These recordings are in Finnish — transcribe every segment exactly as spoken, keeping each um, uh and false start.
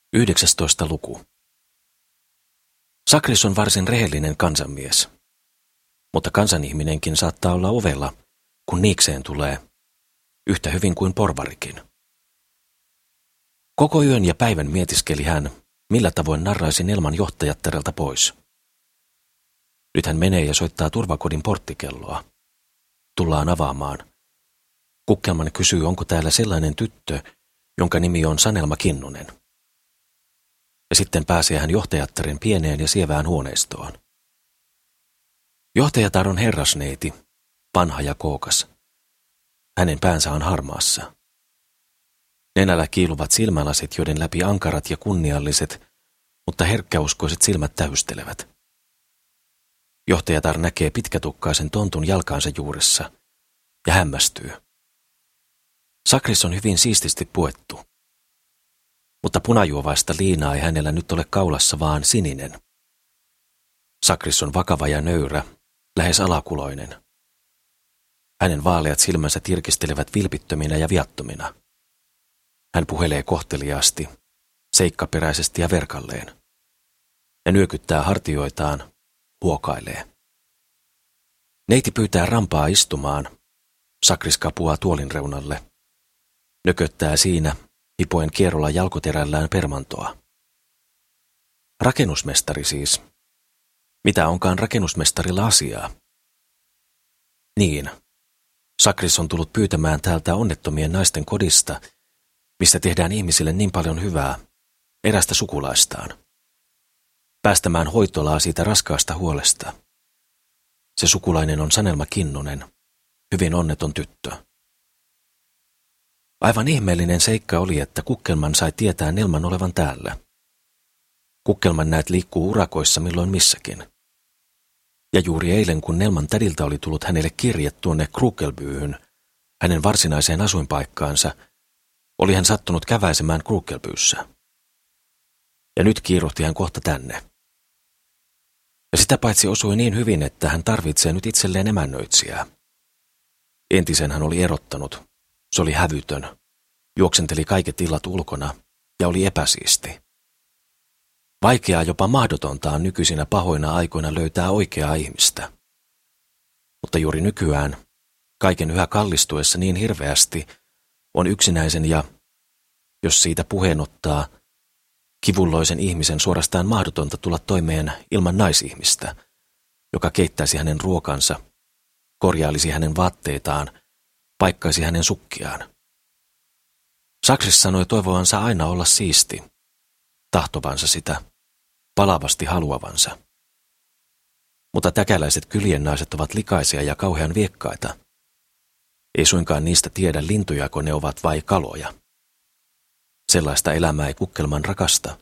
Yhdeksästoista luku. Sakris on varsin rehellinen kansanmies, mutta kansanihminenkin saattaa olla ovella, kun niikseen tulee, yhtä hyvin kuin porvarikin. Koko yön ja päivän mietiskeli hän, millä tavoin narraisi Nelman johtajattarelta pois. Nyt hän menee ja soittaa turvakodin porttikelloa. Tullaan avaamaan. Kukkelman kysyy, onko täällä sellainen tyttö, jonka nimi on Sanelma Kinnunen. Ja sitten pääsee hän johtajattaren pieneen ja sievään huoneistoon. Johtajatar on herrasneiti, vanha ja kookas. Hänen päänsä on harmaassa. Nenällä kiiluvat silmälasit, joiden läpi ankarat ja kunnialliset, mutta herkkäuskoiset silmät tähystelevät. Johtajatar näkee pitkätukkaisen tontun jalkaansa juuressa ja hämmästyy. Sakris on hyvin siististi puettu, mutta punajuovaista liinaa ei hänellä nyt ole kaulassa, vaan sininen. Sakris on vakava ja nöyrä, lähes alakuloinen. Hänen vaaleat silmänsä tirkistelevät vilpittöminä ja viattomina. Hän puhelee kohteliaasti, seikkaperäisesti ja verkalleen. Ja nyökyttää hartioitaan, huokailee. Neiti pyytää rampaa istumaan. Sakris kapuaa tuolin reunalle. Nököttää siinä, hipoen kierrolla jalkoterällään permantoa. Rakennusmestari siis. Mitä onkaan rakennusmestarilla asiaa? Niin. Sakris on tullut pyytämään täältä onnettomien naisten kodista, mistä tehdään ihmisille niin paljon hyvää, erästä sukulaistaan. Päästämään hoitolaa siitä raskaasta huolesta. Se sukulainen on Sanelma Kinnunen, hyvin onneton tyttö. Aivan ihmeellinen seikka oli, että Kukkelman sai tietää Nelman olevan täällä. Kukkelman näet liikkuu urakoissa milloin missäkin. Ja juuri eilen, kun Nelman tädiltä oli tullut hänelle kirje tuonne Krukelbyyhyn, hänen varsinaiseen asuinpaikkaansa, oli hän sattunut käväisemään Krukelbyyssä. Ja nyt kiiruhti hän kohta tänne. Ja sitä paitsi osui niin hyvin, että hän tarvitsee nyt itselleen emännöitsijää. Entisen hän oli erottanut. Se oli hävytön, juoksenteli kaiket illat ulkona ja oli epäsiisti. Vaikeaa, jopa mahdotonta on nykyisinä pahoina aikoina löytää oikeaa ihmistä. Mutta juuri nykyään, kaiken yhä kallistuessa niin hirveästi, on yksinäisen ja, jos siitä puheen ottaa, kivulloisen ihmisen suorastaan mahdotonta tulla toimeen ilman naisihmistä, joka keittäisi hänen ruokansa, korjailisi hänen vaatteitaan, paikkaisi hänen sukkiaan. Sakris sanoi toivovansa aina olla siisti, tahtovansa sitä, palavasti haluavansa. Mutta täkäläiset kylien naiset ovat likaisia ja kauhean viekkaita. Ei suinkaan niistä tiedä lintujako ne ovat vai kaloja. Sellaista elämää ei Kukkelman rakasta.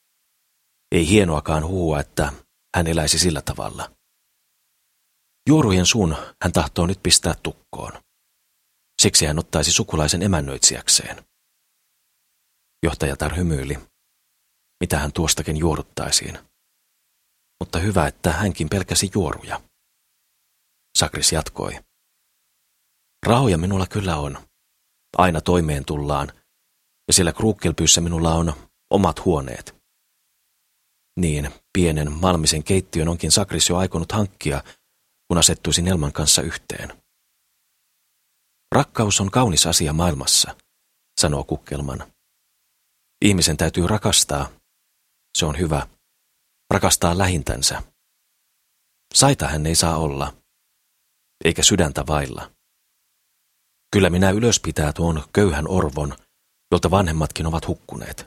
Ei hienoakaan huua, että hän eläisi sillä tavalla. Juorujen suun hän tahtoo nyt pistää tukkoon. Siksi hän ottaisi sukulaisen emännöitsijäkseen. Johtajatar hymyili. Mitä hän tuostakin juoruttaisiin. Mutta hyvä, että hänkin pelkäsi juoruja. Sakris jatkoi. Rahoja minulla kyllä on. Aina toimeen tullaan. Ja siellä Krukelbyyssä minulla on omat huoneet. Niin, pienen malmisen keittiön onkin Sakris jo aikonut hankkia, kun asettuisi Nelman kanssa yhteen. Rakkaus on kaunis asia maailmassa, sanoo Kukkelman. Ihmisen täytyy rakastaa. Se on hyvä. Rakastaa lähintänsä. Saita hän ei saa olla, eikä sydäntä vailla. Kyllä minä ylöspitää tuon köyhän orvon, jolta vanhemmatkin ovat hukkuneet.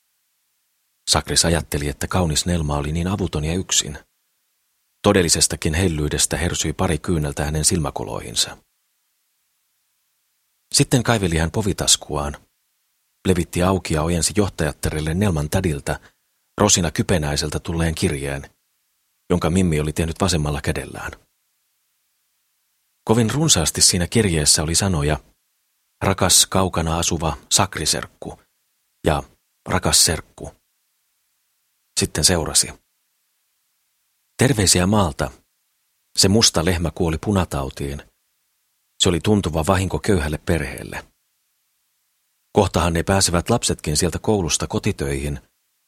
Sakris ajatteli, että kaunis Nelma oli niin avuton ja yksin. Todellisestakin hellyydestä hersyi pari kyyneltä hänen silmäkoloihinsa. Sitten kaiveli hän povitaskuaan, levitti auki ja ojensi johtajattarelle Nelman tädiltä Rosina Kypenäiseltä tulleen kirjeen, jonka Mimmi oli tehnyt vasemmalla kädellään. Kovin runsaasti siinä kirjeessä oli sanoja rakas kaukana asuva Sakriserkku ja rakas serkku. Sitten seurasi. Terveisiä maalta. Se musta lehmä kuoli punatautiin. Se oli tuntuva vahinko köyhälle perheelle. Kohtahan ne pääsevät lapsetkin sieltä koulusta kotitöihin,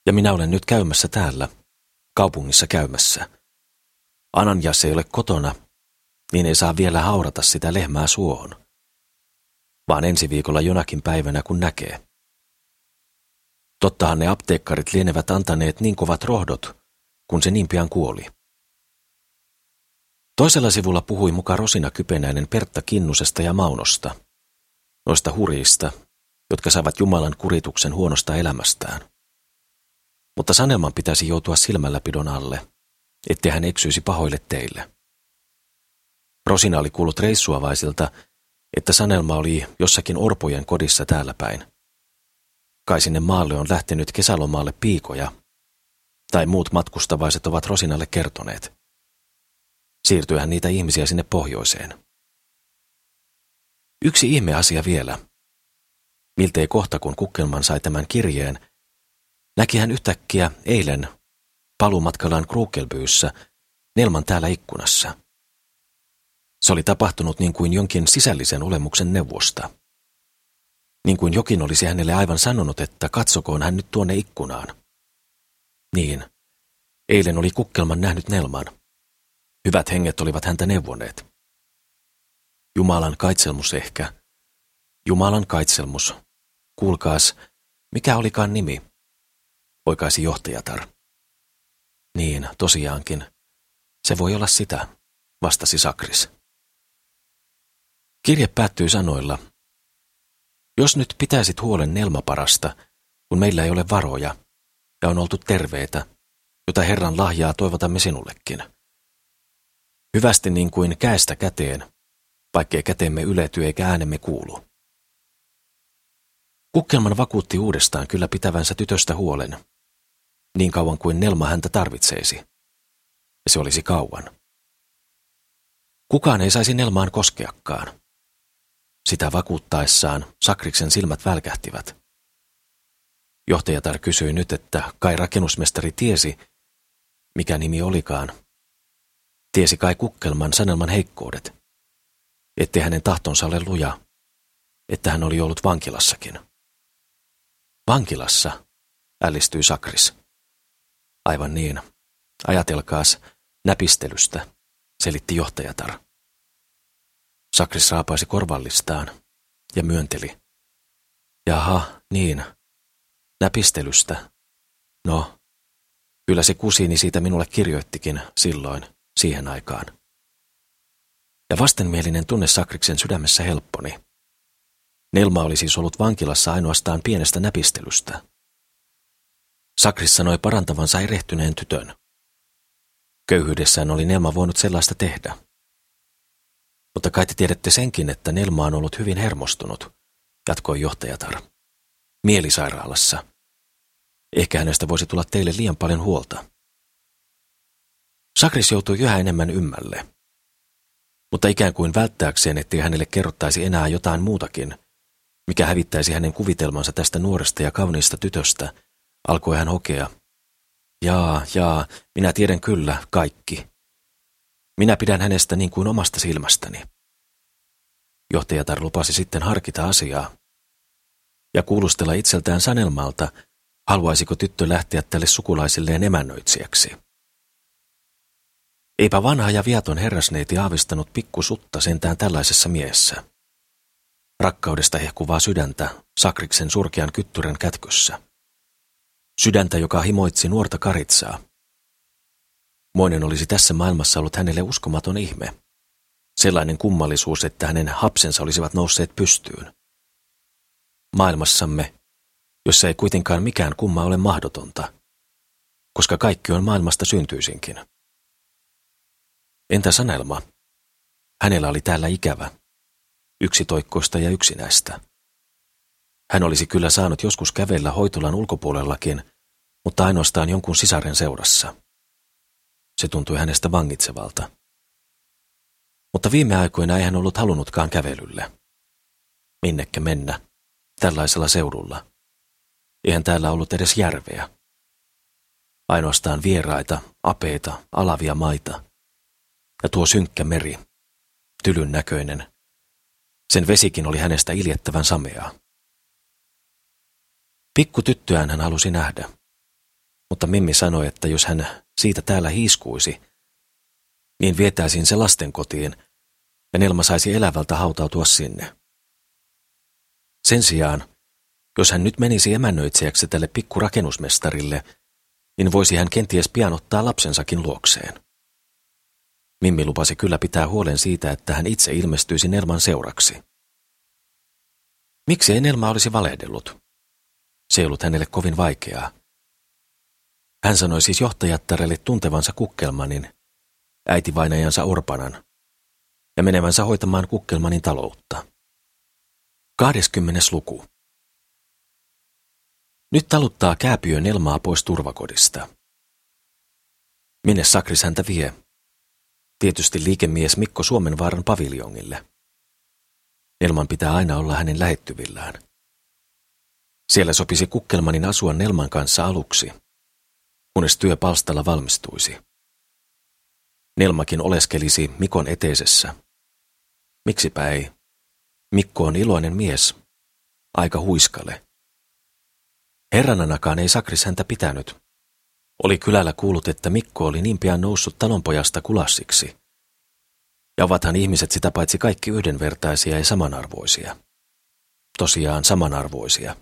Ja minä olen nyt käymässä täällä, kaupungissa käymässä. Ananias ei ole kotona, niin ei saa vielä haurata sitä lehmää suohon. Vaan ensi viikolla jonakin päivänä, kun näkee. Tottahan ne apteekkarit lienevät antaneet niin kovat rohdot, kun se niin pian kuoli. Toisella sivulla puhui muka Rosina Kypenäinen Pertta Kinnusesta ja Maunosta, noista hurjista, jotka saavat Jumalan kurituksen huonosta elämästään. Mutta Sanelman pitäisi joutua silmälläpidon alle, ettei hän eksyisi pahoille teille. Rosina oli kuullut reissuavaisilta, että Sanelma oli jossakin orpojen kodissa täällä päin. Kai sinne maalle on lähtenyt kesälomaalle piikoja, tai muut matkustavaiset ovat Rosinalle kertoneet. Siirtyyhän niitä ihmisiä sinne pohjoiseen. Yksi ihmeasia vielä. Miltei kohta, kun Kukkelman sai tämän kirjeen, näki hän yhtäkkiä eilen paluumatkallaan Krukelbyyssä Nelman täällä ikkunassa. Se oli tapahtunut niin kuin jonkin sisällisen olemuksen neuvosta. Niin kuin jokin olisi hänelle aivan sanonut, että katsokoon hän nyt tuonne ikkunaan. Niin, eilen oli Kukkelman nähnyt Nelman. Hyvät henget olivat häntä neuvoneet. Jumalan kaitselmus ehkä. Jumalan kaitselmus. Kuulkaas, mikä olikaan nimi? Oikaisi johtajatar. Niin, tosiaankin. Se voi olla sitä, vastasi Sakris. Kirje päättyy sanoilla. Jos nyt pitäisit huolen Nelmaparasta, kun meillä ei ole varoja, ja on oltu terveitä, jota Herran lahjaa toivotamme sinullekin. Hyvästi niin kuin käestä käteen, vaikkei käteemme ylety eikä äänemme kuulu. Kukkelman vakuutti uudestaan kyllä pitävänsä tytöstä huolen, niin kauan kuin Nelma häntä tarvitseisi. Ja se olisi kauan. Kukaan ei saisi Nelmaan koskeakaan. Sitä vakuuttaessaan Sakriksen silmät välkähtivät. Johtajatar kysyi nyt, että kai rakennusmestari tiesi, mikä nimi olikaan. Tiesi kai Kukkelman Sanelman heikkoudet, ettei hänen tahtonsa ole luja, että hän oli ollut vankilassakin. Vankilassa, ällistyi Sakris. Aivan niin, ajatelkaas näpistelystä, selitti johtajatar. Sakris raapaisi korvallistaan ja myönteli. Jaha, niin, näpistelystä. No, kyllä se kusini siitä minulle kirjoittikin silloin, siihen aikaan. Ja vastenmielinen tunne Sakriksen sydämessä helpponi. Nelma oli siis ollut vankilassa ainoastaan pienestä näpistelystä. Sakris sanoi parantavansa erehtyneen tytön. Köyhyydessään oli Nelma voinut sellaista tehdä. Mutta kai te tiedätte senkin, että Nelma on ollut hyvin hermostunut, jatkoi johtajatar. Mielisairaalassa. Ehkä hänestä voisi tulla teille liian paljon huolta. Sakris joutui yhä enemmän ymmälle. Mutta ikään kuin välttääkseen, ettei hänelle kerrottaisi enää jotain muutakin, mikä hävittäisi hänen kuvitelmansa tästä nuoresta ja kauniista tytöstä, alkoi hän hokea. Jaa, jaa, minä tiedän kyllä kaikki. Minä pidän hänestä niin kuin omasta silmästäni. Johtajatar lupasi sitten harkita asiaa ja kuulustella itseltään Sanelmalta, haluaisiko tyttö lähteä tälle sukulaisilleen emännöitsijäksi. Eipä vanha ja viaton herrasneiti aavistanut pikkusutta sentään tällaisessa miehessä. Rakkaudesta hehkuvaa sydäntä Sakriksen surkean kyttyrän kätkössä. Sydäntä, joka himoitsi nuorta Karitsaa. Moinen olisi tässä maailmassa ollut hänelle uskomaton ihme. Sellainen kummallisuus, että hänen hapsensa olisivat nousseet pystyyn. Maailmassamme, jossa ei kuitenkaan mikään kumma ole mahdotonta, koska kaikki on maailmasta syntyisinkin. Entä Sanelma? Hänellä oli täällä ikävä, yksitoikkoista ja yksinäistä. Hän olisi kyllä saanut joskus kävellä hoitolan ulkopuolellakin, mutta ainoastaan jonkun sisaren seurassa. Se tuntui hänestä vangitsevalta. Mutta viime aikoina ei hän ollut halunnutkaan kävelylle. Minnekä mennä, tällaisella seudulla. Eihän täällä ollut edes järveä. Ainoastaan vieraita, apeita, alavia maita. Ja tuo synkkä meri, tylyn näköinen. Sen vesikin oli hänestä iljettävän sameaa. Pikku tyttöään hän halusi nähdä. Mutta Mimmi sanoi, että jos hän siitä täällä hiiskuisi, niin vietäisiin se lastenkotiin ja Nelma saisi elävältä hautautua sinne. Sen sijaan, jos hän nyt menisi emännöitsijäksi tälle pikkurakennusmestarille, niin voisi hän kenties pian ottaa lapsensakin luokseen. Mimmi lupasi kyllä pitää huolen siitä, että hän itse ilmestyisi Nelman seuraksi. Miksi ei Nelma olisi valehdellut? Se ei ollut hänelle kovin vaikeaa. Hän sanoi siis johtajattarelle tuntevansa Kukkelmanin, äitivainajansa Orpanan, ja menevänsä hoitamaan Kukkelmanin taloutta. Kahdeskymmenes luku. Nyt taluttaa kääpiö Nelmaa pois turvakodista. Minne Sakris häntä vie? Tietysti liikemies Mikko Suomenvaaran paviljongille. Nelman pitää aina olla hänen lähettyvillään. Siellä sopisi Kukkelmanin asua Nelman kanssa aluksi, kunnes työ palstalla valmistuisi. Nelmakin oleskelisi Mikon eteisessä. Miksipä ei? Mikko on iloinen mies, aika huiskale. Herrananakaan ei Sakris häntä pitänyt. Oli kylällä kuullut, että Mikko oli niin pian noussut talonpojasta kulassiksi. Ja ovathan ihmiset sitä paitsi kaikki yhdenvertaisia ja samanarvoisia. Tosiaan samanarvoisia.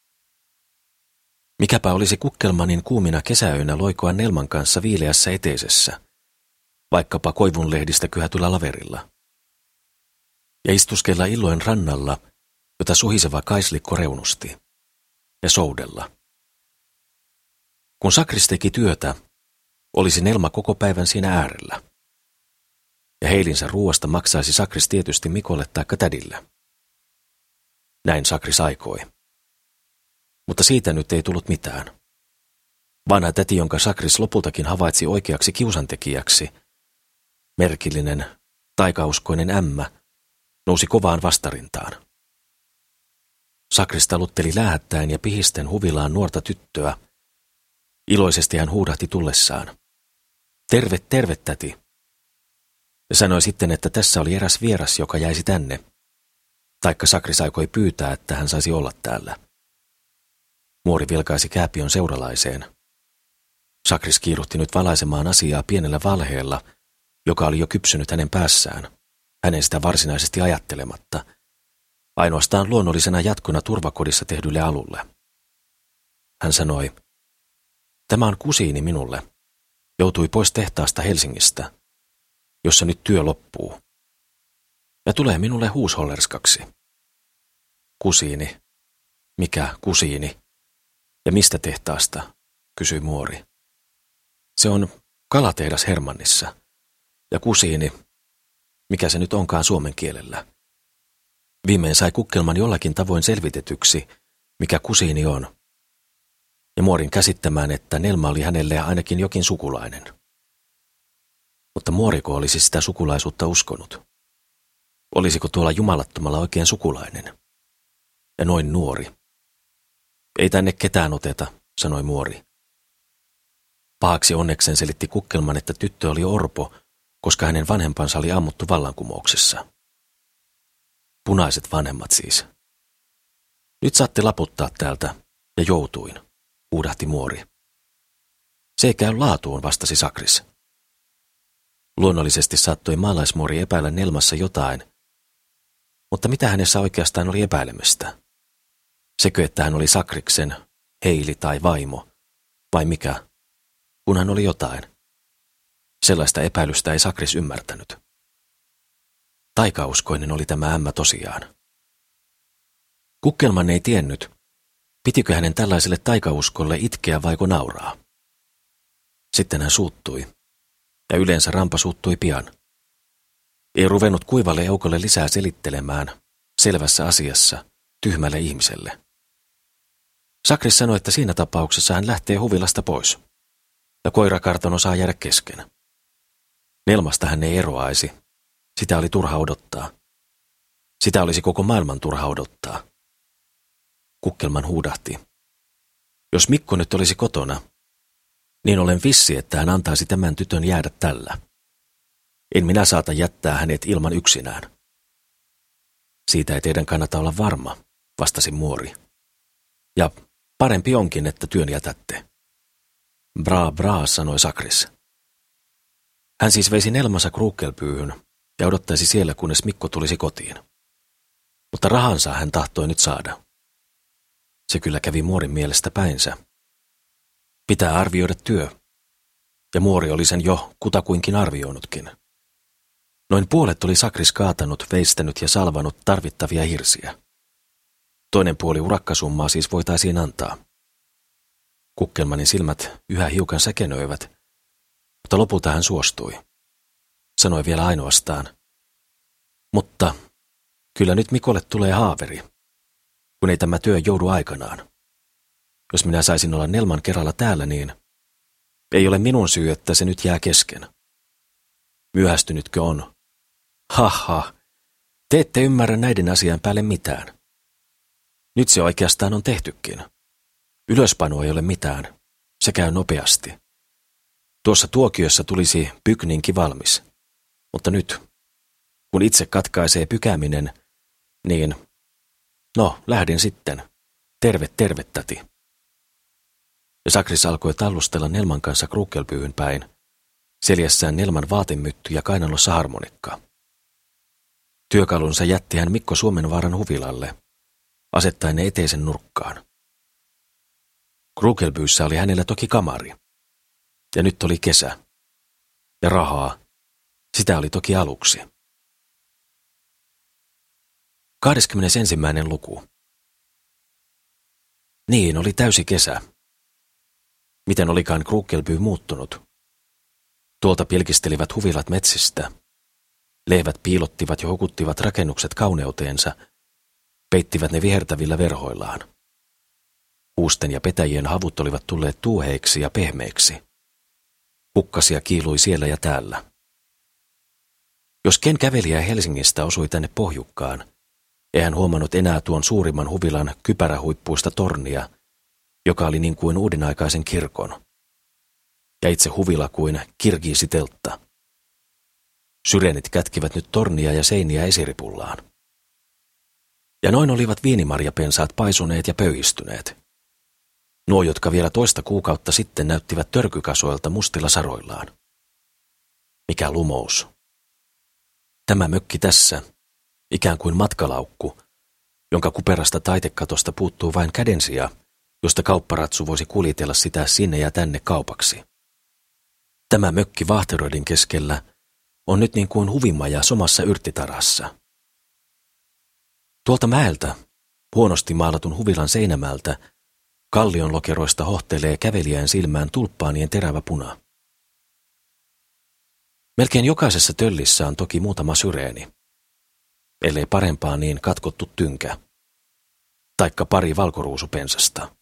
Mikäpä olisi Kukkelmanin kuumina kesäöinä loikoa Nelman kanssa viileässä eteisessä, vaikkapa koivunlehdistä kyhätyllä laverilla. Ja istuskella illoin rannalla, jota suhiseva kaislikko reunusti, ja soudella. Kun Sakris teki työtä, olisi Nelma koko päivän siinä äärellä. Ja heilinsä ruoasta maksaisi Sakris tietysti Mikolle taikka tädille. Näin Sakris aikoi. Mutta siitä nyt ei tullut mitään. Vanha täti, jonka Sakris lopultakin havaitsi oikeaksi kiusantekijäksi, merkillinen, taikauskoinen ämmä, nousi kovaan vastarintaan. Sakris talutteli läähättäen ja pihisten huvilaan nuorta tyttöä. Iloisesti hän huudahti tullessaan. Terve, terve, täti. Ja sanoi sitten, että tässä oli eräs vieras, joka jäisi tänne. Taikka Sakris aikoi pyytää, että hän saisi olla täällä. Muori vilkaisi kääpiön seuralaiseen. Sakris kiiruhti nyt valaisemaan asiaa pienellä valheella, joka oli jo kypsynyt hänen päässään, hänen sitä varsinaisesti ajattelematta, ainoastaan luonnollisena jatkona turvakodissa tehdylle alulle. Hän sanoi, tämä on kusiini minulle. Joutui pois tehtaasta Helsingistä, jossa nyt työ loppuu. Ja tulee minulle huushollerskaksi. Kusiini. Mikä kusiini? Ja mistä tehtaasta? Kysyi muori. Se on kalatehdas Hermannissa. Ja kusiini, mikä se nyt onkaan suomen kielellä. Viimein sai Kukkelman jollakin tavoin selvitetyksi, mikä kusiini on. Ja muorin käsittämään, että Nelma oli hänelle ainakin jokin sukulainen. Mutta muoriko olisi sitä sukulaisuutta uskonut? Olisiko tuolla jumalattomalla oikein sukulainen? Ja noin nuori. Ei tänne ketään oteta, sanoi muori. Pahaksi onneksen selitti Kukkelman, että tyttö oli orpo, koska hänen vanhempansa oli ammuttu vallankumouksessa. Punaiset vanhemmat siis. Nyt saatte laputtaa täältä, ja joutuin, huudahti muori. Se ei käy laatuun, vastasi Sakris. Luonnollisesti saattoi maalaismuori epäillä Nelmassa jotain, mutta mitä hänessä oikeastaan oli epäilemästä? Sekö, että hän oli Sakriksen, Heili tai vaimo, vai mikä, kun hän oli jotain? Sellaista epäilystä ei Sakris ymmärtänyt. Taikauskoinen oli tämä ämmä tosiaan. Kukkelman ei tiennyt, pitikö hänen tällaiselle taikauskolle itkeä vaiko nauraa. Sitten hän suuttui, ja yleensä rampa suuttui pian. Ei ruvennut kuivalle eukolle lisää selittelemään, selvässä asiassa, tyhmälle ihmiselle. Sakris sanoi, että siinä tapauksessa hän lähtee huvilasta pois, ja koirakarton osaa jäädä kesken. Nelmasta hän ei eroaisi, sitä oli turha odottaa. Sitä olisi koko maailman turha odottaa. Kukkelman huudahti. Jos Mikko nyt olisi kotona, niin olen vissi, että hän antaisi tämän tytön jäädä tällä. En minä saata jättää hänet ilman yksinään. Siitä ei teidän kannata olla varma, vastasi muori. Ja parempi onkin, että työn jätätte. Bra bra, sanoi Sakris. Hän siis veisi Nelmansa Kruukkelpyyhyn ja odottaisi siellä, kunnes Mikko tulisi kotiin. Mutta rahansa hän tahtoi nyt saada. Se kyllä kävi muorin mielestä päinsä. Pitää arvioida työ. Ja muori oli sen jo kutakuinkin arvioinutkin. Noin puolet oli Sakris kaatanut, veistänyt ja salvanut tarvittavia hirsiä. Toinen puoli urakkasummaa siis voitaisiin antaa. Kukkelmanin silmät yhä hiukan säkenöivät, mutta lopulta hän suostui. Sanoi vielä ainoastaan, mutta kyllä nyt Mikolle tulee haaveri, kun ei tämä työ joudu aikanaan. Jos minä saisin olla Nelman kerralla täällä, niin ei ole minun syy, että se nyt jää kesken. Myöhästynytkö on? Haha, te ette ymmärrä näiden asian päälle mitään. Nyt se oikeastaan on tehtykin. Ylöspano ei ole mitään. Se käy nopeasti. Tuossa tuokiossa tulisi pykninki valmis. Mutta nyt, kun itse katkaisee pykääminen, niin no, lähdin sitten. Terve, terve, täti. Ja Sakris alkoi tallustella Nelman kanssa Kruukkelpyyhyn päin, seljässään Nelman vaatemytty ja kainalossa harmonikka. Työkalunsa jätti hän Mikko Suomenvaaran huvilalle, asettaen ne eteisen nurkkaan. Kruukkelpyyssä oli hänellä toki kamari. Ja nyt oli kesä. Ja rahaa. Sitä oli toki aluksi. kahdeskymmenesensimmäinen luku. Niin, oli täysi kesä. Miten olikaan Kruukkelpyy muuttunut? Tuolta pilkistelivät huvilat metsistä. Lehvät piilottivat ja hokuttivat rakennukset kauneuteensa, peittivät ne vihertävillä verhoillaan. Kuusten ja petäjien havut olivat tulleet tuuheiksi ja pehmeiksi. Kukkasia kiilui siellä ja täällä. Jos ken kävelijä Helsingistä osui tänne pohjukkaan, ei hän huomannut enää tuon suurimman huvilan kypärähuippuista tornia, joka oli niin kuin uudenaikaisen kirkon. Ja itse huvila kuin kirgiisiteltta. Syrenit kätkivät nyt tornia ja seiniä esiripullaan. Ja noin olivat viinimarjapensaat paisuneet ja pöyhistyneet. Nuo, jotka vielä toista kuukautta sitten näyttivät törkykasoilta mustilla saroillaan. Mikä lumous. Tämä mökki tässä, ikään kuin matkalaukku, jonka kuperasta taitekatosta puuttuu vain kädensija, josta kaupparatsu voisi kuljetella sitä sinne ja tänne kaupaksi. Tämä mökki Vaahteroidin keskellä on nyt niin kuin huvimaja somassa yrttitarhassa. Tuolta mäeltä, huonosti maalatun huvilan seinämältä, kallion lokeroista hohtelee kävelijän silmään tulppaanien terävä puna. Melkein jokaisessa töllissä on toki muutama syreeni, ellei parempaa niin katkottu tynkä, taikka pari valkoruusupensasta.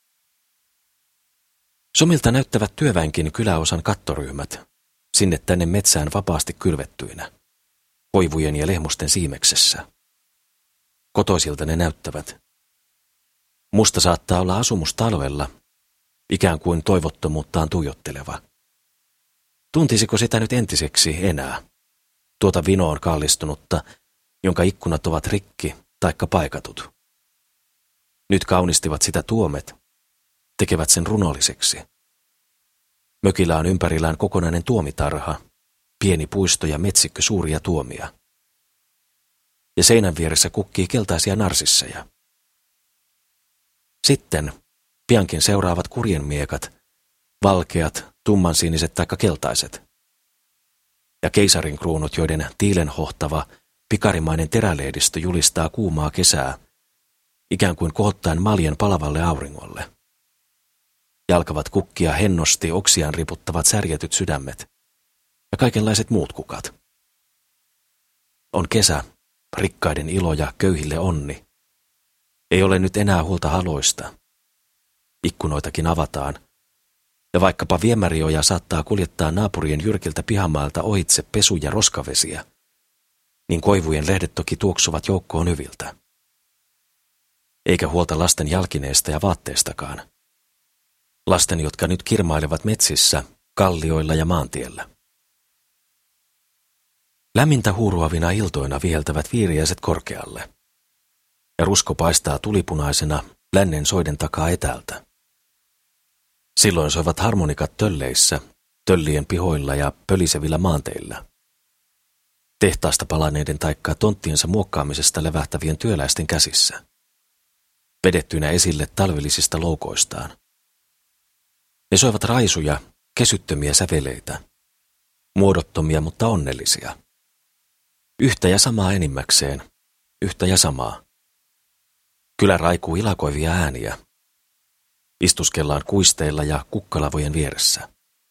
Somilta näyttävät työväenkin kyläosan kattoryhmät, sinne tänne metsään vapaasti kylvettyinä, koivujen ja lehmusten siimeksessä. Kotoisilta ne näyttävät. Musta saattaa olla asumus talvella, ikään kuin toivottomuuttaan tuijotteleva. Tuntisiko sitä nyt entiseksi enää, tuota vinoon kallistunutta, jonka ikkunat ovat rikki taikka paikatut? Nyt kaunistivat sitä tuomet, tekevät sen runolliseksi. Mökillä on ympärillään kokonainen tuomitarha, pieni puisto ja metsikkö suuria tuomia. Ja seinän vieressä kukkii keltaisia narsisseja. Sitten piankin seuraavat kurjenmiekat, valkeat, tummansiniset taikka keltaiset. Ja keisarin kruunut, joiden tiilenhohtava, pikarimainen terälehdistö julistaa kuumaa kesää, ikään kuin kohottaen maljen palavalle auringolle. Ja alkavat kukkia hennosti oksiaan riputtavat särjetyt sydämet ja kaikenlaiset muut kukat. On kesä, rikkaiden ilo ja köyhille onni. Ei ole nyt enää huolta haloista. Ikkunoitakin avataan, ja vaikkapa viemärioja saattaa kuljettaa naapurien jyrkiltä pihamailta ohitse pesu- ja roskavesiä, niin koivujen lehdet toki tuoksuvat joukkoon hyviltä. Eikä huolta lasten jalkineesta ja vaatteestakaan. Lasten, jotka nyt kirmailevat metsissä, kallioilla ja maantiellä. Lämmintä huuruavina iltoina viheltävät viiriäiset korkealle. Ja rusko paistaa tulipunaisena lännen soiden takaa etäältä. Silloin soivat harmonikat tölleissä, töllien pihoilla ja pölisevillä maanteillä. Tehtaasta palaneiden taikka tonttiensa muokkaamisesta levähtävien työläisten käsissä. Vedettyinä esille talvillisista loukoistaan. Ne soivat raisuja, kesyttömiä säveleitä. Muodottomia, mutta onnellisia. Yhtä ja samaa enimmäkseen, yhtä ja samaa. Kylä raikuu ilakoivia ääniä. Istuskellaan kuisteilla ja kukkalavojen vieressä.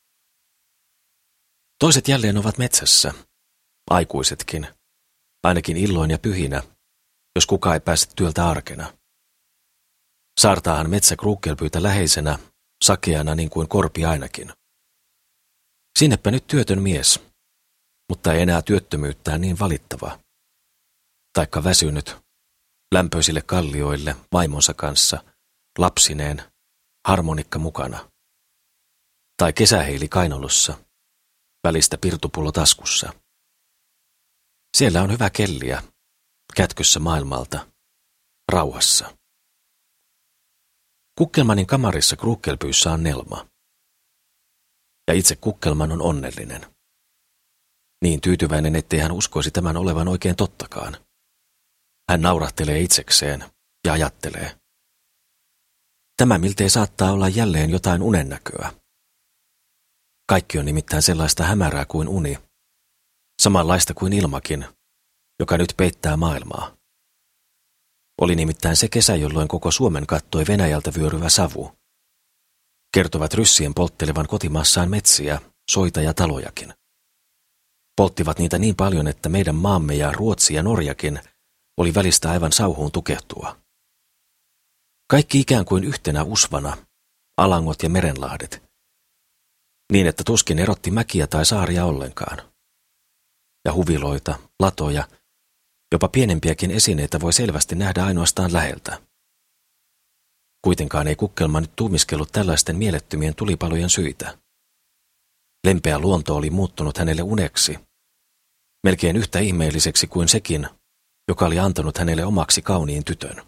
Toiset jälleen ovat metsässä, aikuisetkin, ainakin illoin ja pyhinä, jos kuka ei pääse työltä arkena. Saartaahan metsä kruukkelpyytä läheisenä, sakeana niin kuin korpi ainakin. Sinnepä nyt työtön mies, mutta ei enää työttömyyttään niin valittava. Taikka väsynyt, lämpöisille kallioille vaimonsa kanssa, lapsineen, harmonikka mukana. Tai kesäheili kainalossa, välistä pirtupullo taskussa. Siellä on hyvä kelliä, kätkössä maailmalta, rauhassa. Kukkelmanin kamarissa kruukkelpyyssä on Nelma. Ja itse Kukkelman on onnellinen. Niin tyytyväinen, ettei hän uskoisi tämän olevan oikein tottakaan. Hän naurahtelee itsekseen ja ajattelee. Tämä miltei saattaa olla jälleen jotain unennäköä. Kaikki on nimittäin sellaista hämärää kuin uni, samanlaista kuin ilmakin, joka nyt peittää maailmaa. Oli nimittäin se kesä, jolloin koko Suomen kattoi Venäjältä vyöryvä savu. Kertovat ryssien polttelevan kotimaassaan metsiä, soita ja talojakin. Polttivat niitä niin paljon, että meidän maamme ja Ruotsi ja Norjakin oli välistä aivan sauhuun tukehtua. Kaikki ikään kuin yhtenä usvana, alangot ja merenlahdet, niin että tuskin erotti mäkiä tai saaria ollenkaan. Ja huviloita, latoja, jopa pienempiäkin esineitä voi selvästi nähdä ainoastaan läheltä. Kuitenkaan ei Kukkelma nyt tuumiskellut tällaisten mielettömien tulipalojen syitä. Lempeä luonto oli muuttunut hänelle uneksi, melkein yhtä ihmeelliseksi kuin sekin, joka oli antanut hänelle omaksi kauniin tytön.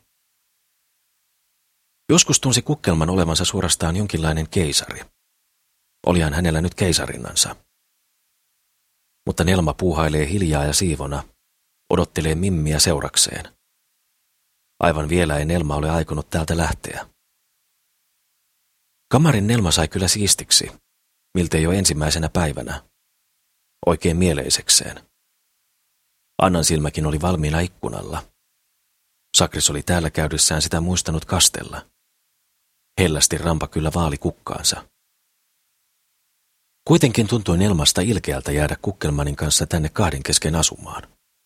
Joskus tunsi Kukkelman olevansa suorastaan jonkinlainen keisari. Olihan hänellä nyt keisarinnansa. Mutta Nelma puuhailee hiljaa ja siivona, odottelee Mimmiä seurakseen. Aivan vielä ei Nelma ole aikonut täältä lähteä. Kamarin Nelma sai kyllä siistiksi, miltei jo ensimmäisenä päivänä, oikein mieleisekseen. Annan silmäkin oli valmiina ikkunalla. Sakris oli täällä käydessään sitä muistanut kastella. Hellästi rampa kyllä vaali kukkaansa. Kuitenkin tuntui Nelmasta ilkeältä jäädä Kukkelmanin kanssa tänne kahden kesken asumaan.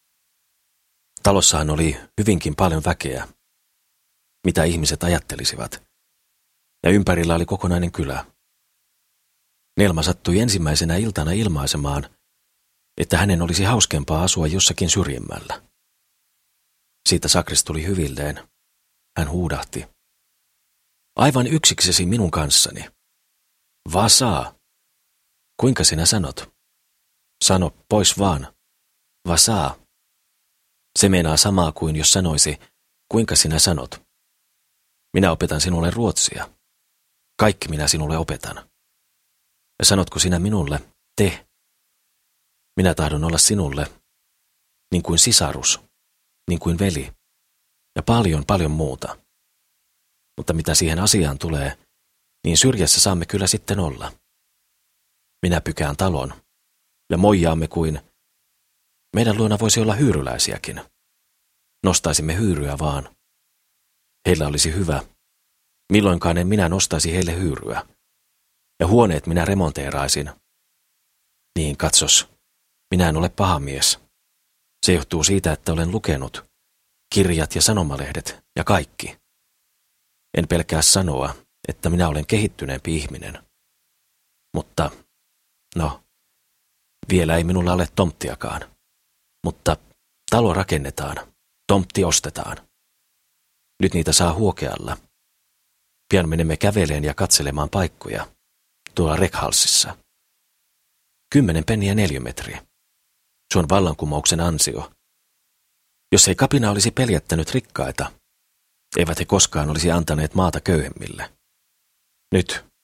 Talossahan oli hyvinkin paljon väkeä, mitä ihmiset ajattelisivat, ja ympärillä oli kokonainen kylä. Nelma sattui ensimmäisenä iltana ilmaisemaan, että hänen olisi hauskempaa asua jossakin syrjemmällä. Siitä Sakris tuli hyvilleen. Hän huudahti. Aivan yksiksesi minun kanssani. Vasaa. Kuinka sinä sanot? Sano pois vaan. Vasaa. Se meinaa samaa kuin jos sanoisi, kuinka sinä sanot. Minä opetan sinulle ruotsia. Kaikki minä sinulle opetan. Ja sanotko sinä minulle, te? Minä tahdon olla sinulle, niin kuin sisarus, niin kuin veli, ja paljon paljon muuta. Mutta mitä siihen asiaan tulee, niin syrjässä saamme kyllä sitten olla. Minä pykään talon, ja moijaamme kuin, meidän luona voisi olla hyyryläisiäkin. Nostaisimme hyyryä vaan. Heillä olisi hyvä. Milloinkaan en minä nostaisi heille hyyryä. Ja huoneet minä remonteeraisin. Niin, katsos, minä en ole paha mies. Se johtuu siitä, että olen lukenut kirjat ja sanomalehdet ja kaikki. En pelkää sanoa, että minä olen kehittyneempi ihminen. Mutta, no, vielä ei minulla ole tonttiakaan. Mutta talo rakennetaan, tontti ostetaan. Nyt niitä saa huokealla. Pian menemme käveleen ja katselemaan paikkoja, tuolla Rekhalsissa. Kymmenen penniä neliömetri. Se on vallankumouksen ansio. Jos ei kapina olisi peljättänyt rikkaita, eivät he koskaan olisi antaneet maata köyhemmille. Nyt,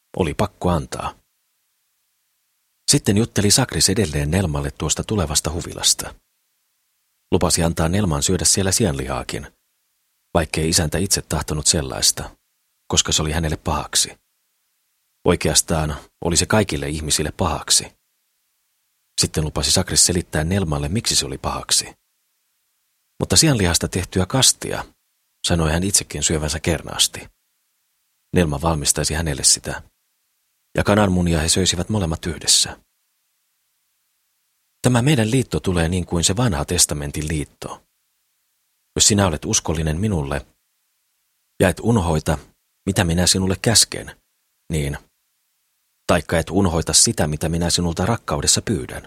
Oli pakko antaa. Sitten jutteli Sakris edelleen Nelmalle tuosta tulevasta huvilasta. Lupasi antaa Nelman syödä siellä sianlihaakin, vaikkei isäntä itse tahtonut sellaista, koska se oli hänelle pahaksi. Oikeastaan oli se kaikille ihmisille pahaksi. Sitten lupasi Sakris selittää Nelmalle, miksi se oli pahaksi. Mutta sianlihasta tehtyä kastia, sanoi hän itsekin syövänsä kernaasti. Nelma valmistaisi hänelle sitä, ja kananmunia he söisivät molemmat yhdessä. Tämä meidän liitto tulee niin kuin se vanha testamentin liitto. Jos sinä olet uskollinen minulle, ja et unhoita, mitä minä sinulle käsken, niin, taikka et unhoita sitä, mitä minä sinulta rakkaudessa pyydän.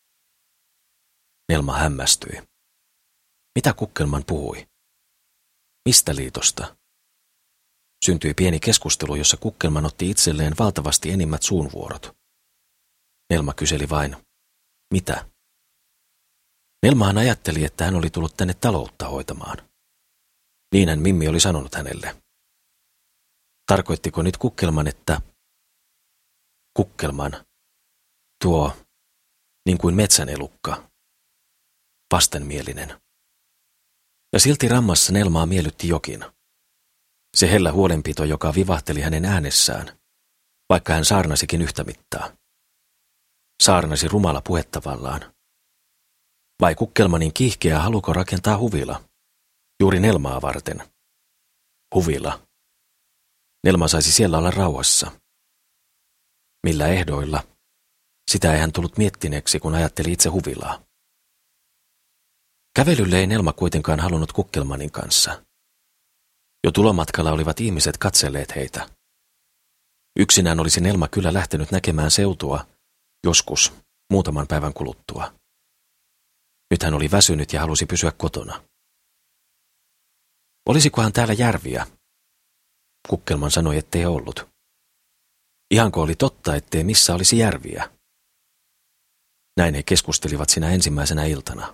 Nelma hämmästyi. Mitä Kukkelman puhui? Mistä liitosta? Syntyi pieni keskustelu, jossa Kukkelman otti itselleen valtavasti enimmät suunvuorot. Nelma kyseli vain, mitä? Nelmahan ajatteli, että hän oli tullut tänne taloutta hoitamaan. Niinhän Mimmi oli sanonut hänelle. Tarkoittiko nyt Kukkelman, että... Kukkelman, tuo, niin kuin metsän elukka, vastenmielinen. Ja silti rammassa Nelmaa miellytti jokin. Se hellä huolenpito, joka vivahteli hänen äänessään, vaikka hän saarnasikin yhtä mittaa. Saarnasi rumala puhettavallaan. Vai Kukkelmanin kiihkeä haluko rakentaa huvila, juuri Nelmaa varten? Huvila. Nelma saisi siellä olla rauhassa. Millä ehdoilla? Sitä ei hän tullut miettineeksi, kun ajatteli itse huvilaa. Kävelylle ei Nelma kuitenkaan halunnut Kukkelmanin kanssa. Jo tulomatkalla olivat ihmiset katselleet heitä. Yksinään olisi Nelma kyllä lähtenyt näkemään seutua, joskus, muutaman päivän kuluttua. Nyt hän oli väsynyt ja halusi pysyä kotona. Olisikohan täällä järviä? Kukkelman sanoi, ettei ollut. Ihanko oli totta, ettei missä olisi järviä? Näin he keskustelivat sinä ensimmäisenä iltana.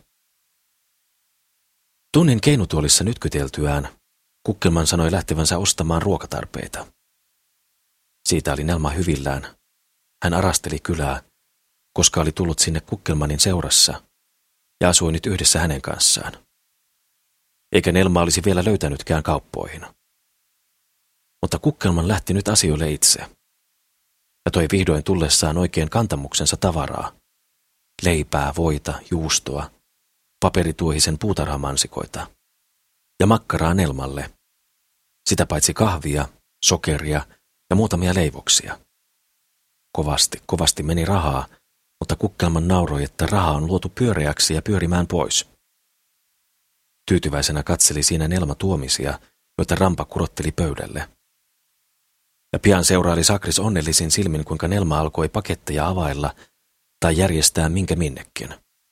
Tunnin keinutuolissa nytkyteltyään Kukkelman sanoi lähtevänsä ostamaan ruokatarpeita. Siitä oli Nelma hyvillään. Hän arasteli kylää, koska oli tullut sinne Kukkelmanin seurassa ja asui nyt yhdessä hänen kanssaan. Eikä Nelma olisi vielä löytänytkään kauppoihin. Mutta Kukkelman lähti nyt asioille itse ja toi vihdoin tullessaan oikein kantamuksensa tavaraa. Leipää, voita, juustoa, paperituohisen puutarhamansikoita ja makkaraa Nelmalle. Sitä paitsi kahvia, sokeria ja muutamia leivoksia. Kovasti, kovasti meni rahaa, mutta Kukkelman nauroi, että raha on luotu pyöreäksi ja pyörimään pois. Tyytyväisenä katseli siinä Nelma tuomisia, joita rampa kurotteli pöydälle. Ja pian seuraili Sakris onnellisin silmin, kuinka Nelma alkoi paketteja availla tai järjestää minkä minnekin.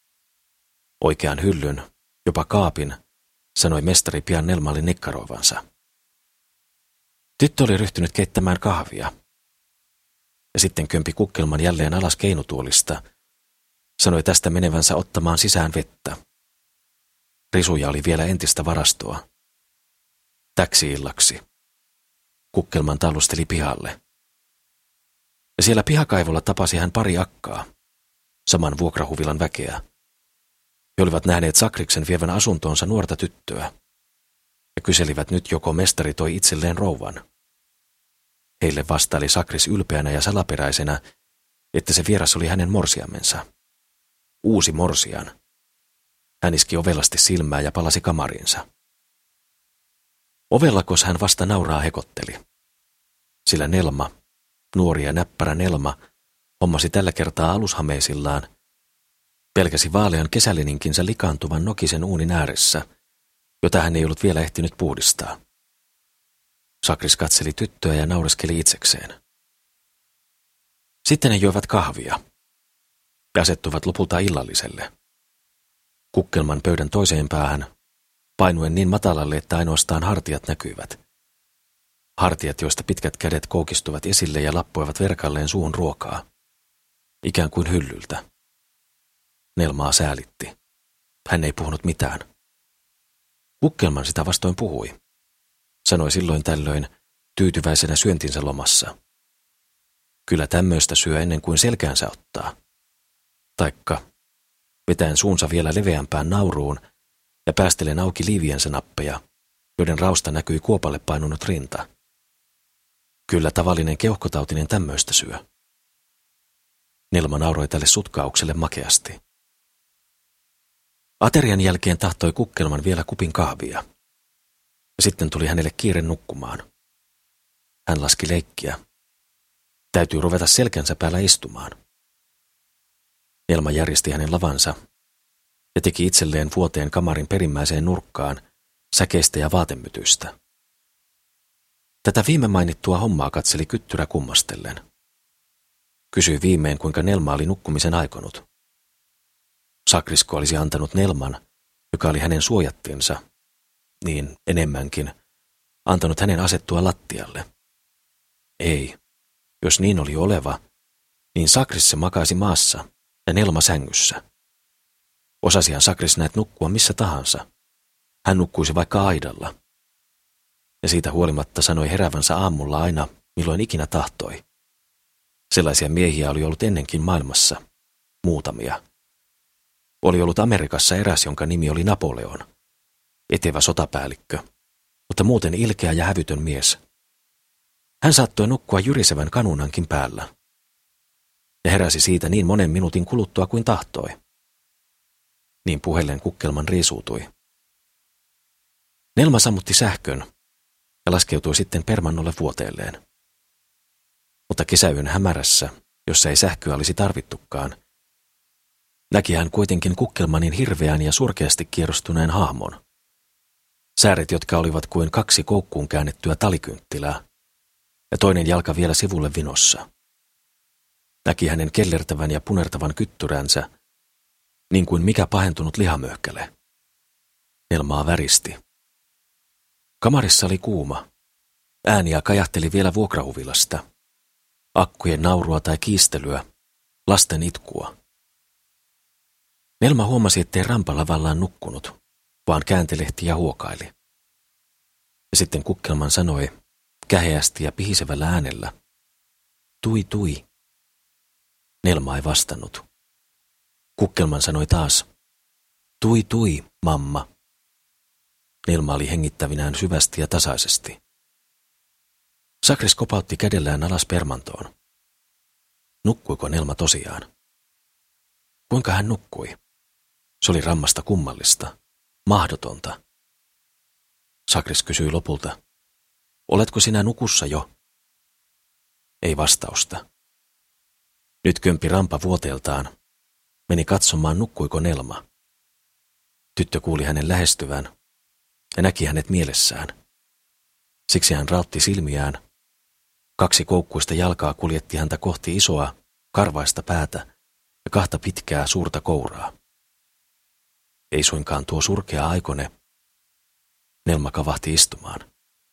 Oikean hyllyn, jopa kaapin, sanoi mestari pian Nelmalle nikkaroivansa. Tyttö oli ryhtynyt keittämään kahvia. Ja sitten kömpi Kukkelman jälleen alas keinutuolista, sanoi tästä menevänsä ottamaan sisään vettä. Risuja oli vielä entistä varastoa. Täksi illaksi. Kukkelman tallusteli pihalle. Ja siellä pihakaivolla tapasi hän pari akkaa, saman vuokrahuvilan väkeä. He olivat nähneet Sakriksen vievän asuntoonsa nuorta tyttöä ja kyselivät nyt, joko mestari toi itselleen rouvan. Heille vastaili Sakris ylpeänä ja salaperäisenä, että se vieras oli hänen morsiamensa. Uusi morsian. Hän iski ovelasti silmää ja palasi kamariinsa. Ovellakos hän vasta nauraa hekotteli. Sillä Nelma, nuori ja näppärä Nelma, hommasi tällä kertaa alushameisillaan, pelkäsi vaalean kesälininkinsä likaantuvan nokisen uunin ääressä, jota hän ei ollut vielä ehtinyt puhdistaa. Sakris katseli tyttöä ja naureskeli itsekseen. Sitten he joivat kahvia ja asettuivat lopulta illalliselle. Kukkelman pöydän toiseen päähän, painuen niin matalalle, että ainoastaan hartiat näkyivät. Hartiat, joista pitkät kädet koukistuvat esille ja lappoivat verkalleen suun ruokaa, ikään kuin hyllyltä. Nelmaa säälitti. Hän ei puhunut mitään. Kukkelman sitä vastoin puhui. Sanoi silloin tällöin tyytyväisenä syöntinsä lomassa. Kyllä tämmöistä syö ennen kuin selkäänsä ottaa. Taikka vetäen suunsa vielä leveämpään nauruun ja päästelen auki liiviensä nappeja, joiden rausta näkyi kuopalle painunut rinta. Kyllä tavallinen keuhkotautinen tämmöistä syö. Nelma nauroi tälle sutkaukselle makeasti. Aterian jälkeen tahtoi Kukkelman vielä kupin kahvia. Ja sitten tuli hänelle kiire nukkumaan. Hän laski leikkiä. Täytyy ruveta selkänsä päällä istumaan. Nelma järjesti hänen lavansa ja teki itselleen vuoteen kamarin perimmäiseen nurkkaan säkeistä ja vaatemytystä. Tätä viime mainittua hommaa katseli Kyttyrä kummastellen. Kysyi viimein, kuinka Nelma oli nukkumisen aikonut. Sakrisko olisi antanut Nelman, joka oli hänen suojattinsa, niin enemmänkin, antanut hänen asettua lattialle. Ei, jos niin oli oleva, niin Sakrisse makaisi maassa ja Nelma sängyssä. Osasihan Sakris näet nukkua missä tahansa. Hän nukkuisi vaikka aidalla. Ja siitä huolimatta sanoi herävänsä aamulla aina, milloin ikinä tahtoi. Sellaisia miehiä oli ollut ennenkin maailmassa. Muutamia. Oli ollut Amerikassa eräs, jonka nimi oli Napoleon. Etevä sotapäällikkö, mutta muuten ilkeä ja hävytön mies. Hän saattoi nukkua jyrisevän kanunankin päällä. Ja heräsi siitä niin monen minuutin kuluttua kuin tahtoi. Niin puheellen Kukkelman riisuutui. Nelma sammutti sähkön ja laskeutui sitten permannolle vuoteelleen. Mutta kesäyön hämärässä, jossa ei sähköä olisi tarvittukaan, näki hän kuitenkin Kukkelmanin hirveän ja surkeasti kierrostuneen hahmon. Sääret, jotka olivat kuin kaksi koukkuun käännettyä talikynttilää, ja toinen jalka vielä sivulle vinossa. Näki hänen kellertävän ja punertavan kyttyränsä, niin kuin mikä pahentunut lihamöhkäle. Nelmaa väristi. Kamarissa oli kuuma. Ääniä kajahteli vielä vuokrahuvilasta. Akkujen naurua tai kiistelyä, lasten itkua. Nelma huomasi, ettei rampa lavallaan nukkunut, vaan kääntelehti ja huokaili. Ja sitten Kukkelman sanoi, käheästi ja pihisevällä äänellä, tui tui. Nelma ei vastannut. Kukkelman sanoi taas, tui tui, mamma. Nelma oli hengittävinään syvästi ja tasaisesti. Sakris kopautti kädellään alas permantoon. Nukkuiko Nelma tosiaan? Kuinka hän nukkui? Se oli rammasta kummallista, mahdotonta. Sakris kysyi lopulta, oletko sinä nukussa jo? Ei vastausta. Nyt kömpi rampa vuoteeltaan. Meni katsomaan, nukkuiko Nelma. Tyttö kuuli hänen lähestyvän ja näki hänet mielessään. Siksi hän rautti silmiään. Kaksi koukkuista jalkaa kuljetti häntä kohti isoa, karvaista päätä ja kahta pitkää, suurta kouraa. Ei suinkaan tuo surkea aikone. Nelma kavahti istumaan.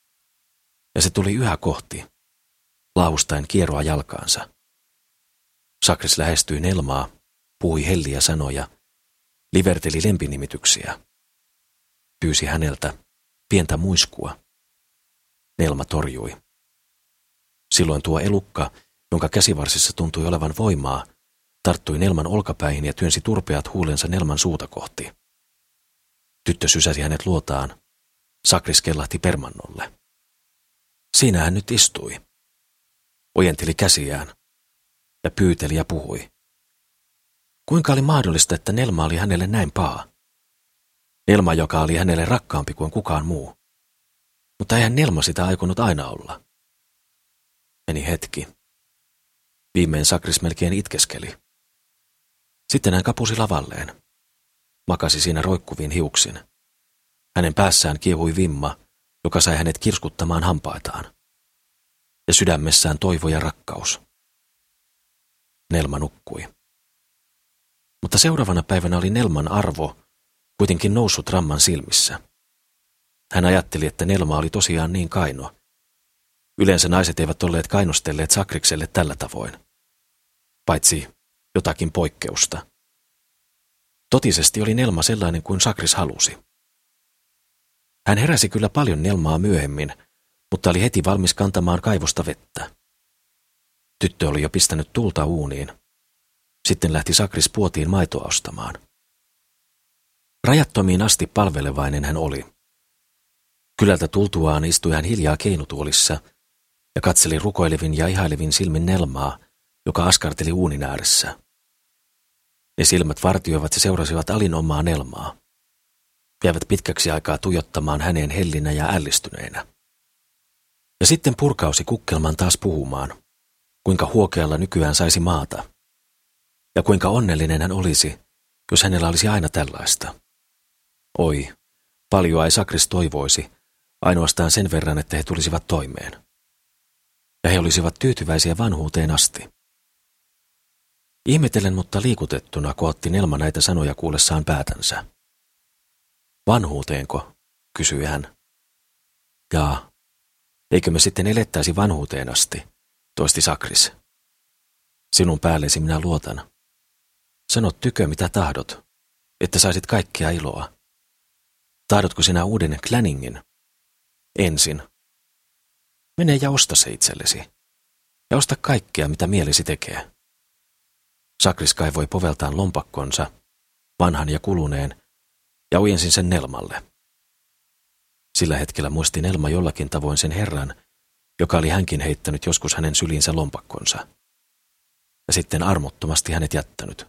Ja se tuli yhä kohti, laustaen kieroa jalkaansa. Sakris lähestyi Nelmaa, puhui helliä sanoja, liverteli lempinimityksiä. Pyysi häneltä pientä muiskua. Nelma torjui. Silloin tuo elukka, jonka käsivarsissa tuntui olevan voimaa, tarttui Nelman olkapäihin ja työnsi turpeat huulensa Nelman suuta kohti. Tyttö sysäsi hänet luotaan. Sakris kellahti permannolle. Siinä hän nyt istui. Ojenteli käsiään ja pyyteli ja puhui. Kuinka oli mahdollista, että Nelma oli hänelle näin paha? Nelma, joka oli hänelle rakkaampi kuin kukaan muu. Mutta eihän Nelma sitä aikonut aina olla. Meni hetki. Viimein Sakris melkein itkeskeli. Sitten hän kapusi lavalleen. Makasi siinä roikkuviin hiuksin. Hänen päässään kiehui vimma, joka sai hänet kirskuttamaan hampaitaan. Ja sydämessään toivo ja rakkaus. Nelma nukkui. Mutta seuraavana päivänä oli Nelman arvo kuitenkin noussut ramman silmissä. Hän ajatteli, että Nelma oli tosiaan niin kaino. Yleensä naiset eivät olleet kainostelleet Sakrikselle tällä tavoin. Paitsi jotakin poikkeusta. Totisesti oli Nelma sellainen kuin Sakris halusi. Hän heräsi kyllä paljon Nelmaa myöhemmin, mutta oli heti valmis kantamaan kaivosta vettä. Tyttö oli jo pistänyt tulta uuniin. Sitten lähti Sakris puotiin maitoa ostamaan. Rajattomiin asti palvelevainen hän oli. Kylältä tultuaan istui hän hiljaa keinutuolissa ja katseli rukoilevin ja ihailevin silmin Nelmaa, joka askarteli uunin ääressä. Ne silmät vartioivat ja seurasivat Alin omaa Nelmaa. Jäivät pitkäksi aikaa tuijottamaan häneen hellinä ja ällistyneinä. Ja sitten purkausi Kukkelman taas puhumaan, kuinka huokealla nykyään saisi maata. Ja kuinka onnellinen hän olisi, jos hänellä olisi aina tällaista. Oi, paljoa ei Sakris toivoisi, ainoastaan sen verran, että he tulisivat toimeen. Ja he olisivat tyytyväisiä vanhuuteen asti. Ihmetellen, mutta liikutettuna kohotti Nelma näitä sanoja kuullessaan päätänsä. Vanhuuteenko, kysyi hän. Jaa, eikö me sitten elettäisi vanhuuteen asti, toisti Sakris. Sinun päällesi minä luotan. Sano tykö mitä tahdot, että saisit kaikkea iloa. Tahdotko sinä uuden kläningin? Ensin. Mene ja osta se itsellesi. Ja osta kaikkea, mitä mielesi tekee. Sakris kaivoi poveltaan lompakkonsa, vanhan ja kuluneen, ja ojensin sen Nelmalle. Sillä hetkellä muisti Nelma jollakin tavoin sen herran, joka oli hänkin heittänyt joskus hänen syliinsä lompakkonsa. Ja sitten armottomasti hänet jättänyt.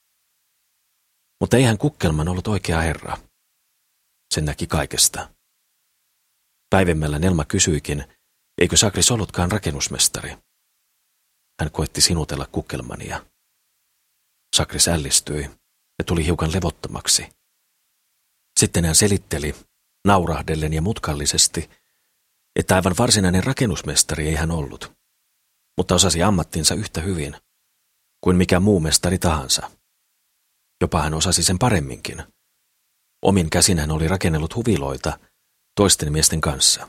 Mutta eihän Kukkelman ollut oikea herra. Sen näki kaikesta. Päivemmällä Nelma kysyikin, eikö Sakris ollutkaan rakennusmestari. Hän koetti sinutella Kukkelmania. Sakris ällistyi ja tuli hiukan levottomaksi. Sitten hän selitteli, naurahdellen ja mutkallisesti, että aivan varsinainen rakennusmestari ei hän ollut, mutta osasi ammattinsa yhtä hyvin kuin mikä muu mestari tahansa. Jopa hän osasi sen paremminkin. Omin käsin hän oli rakennellut huviloita toisten miesten kanssa.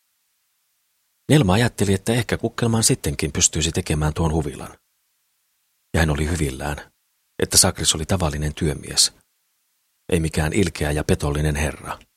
Nelma ajatteli, että ehkä Kukkelman sittenkin pystyisi tekemään tuon huvilan. Ja hän oli hyvillään, että Sakris oli tavallinen työmies, ei mikään ilkeä ja petollinen herra.